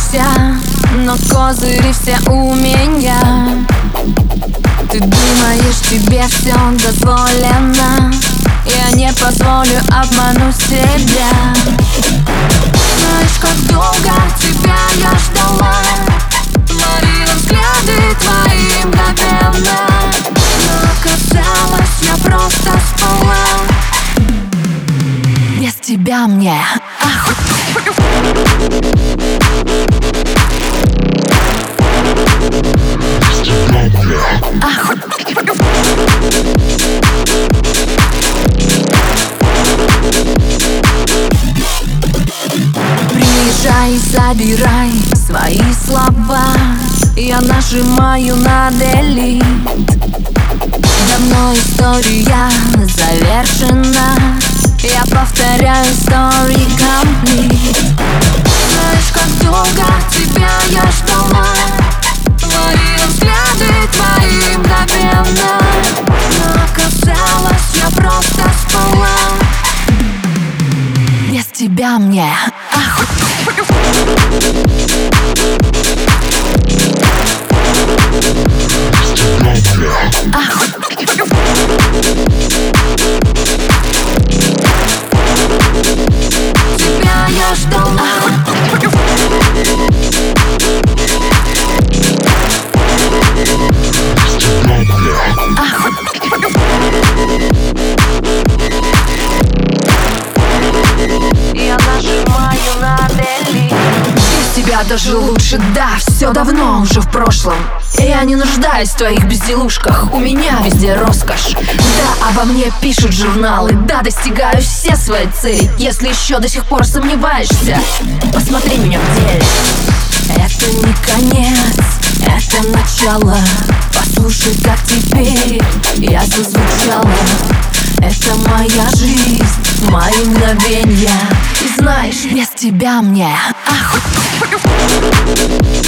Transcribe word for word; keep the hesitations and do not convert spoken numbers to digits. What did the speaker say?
ошибся, но козыри все у меня. Ты думаешь, тебе все дозволено, я не позволю обмануть себя. Знаешь, как долго тебя я ждала, ловила взгляды твои мгновенно, но оказалось, я просто спала. Без тебя мне ах. Ах. Приезжай и забирай свои слова, я нажимаю на делит. Давно история завершена, я повторяю story complete. Знаешь, как долго тебя я ждала, ловила взгляды твои мгновенно, но оказалось, я просто спала. Без тебя мне ах. Ах. Тебя я ждала. Ах. Я нажимаю на делит. Без тебя даже лучше, да, все давно уже в прошлом. Я не нуждаюсь в твоих безделушках, у меня везде роскошь. Да, обо мне пишут журналы, да, достигаю все свои цели. Если еще до сих пор сомневаешься, посмотри меня в деле. Это не конец, это начало. Послушай, как теперь я зазвучала. Это моя жизнь, мои мгновения. И знаешь, без тебя мне ах.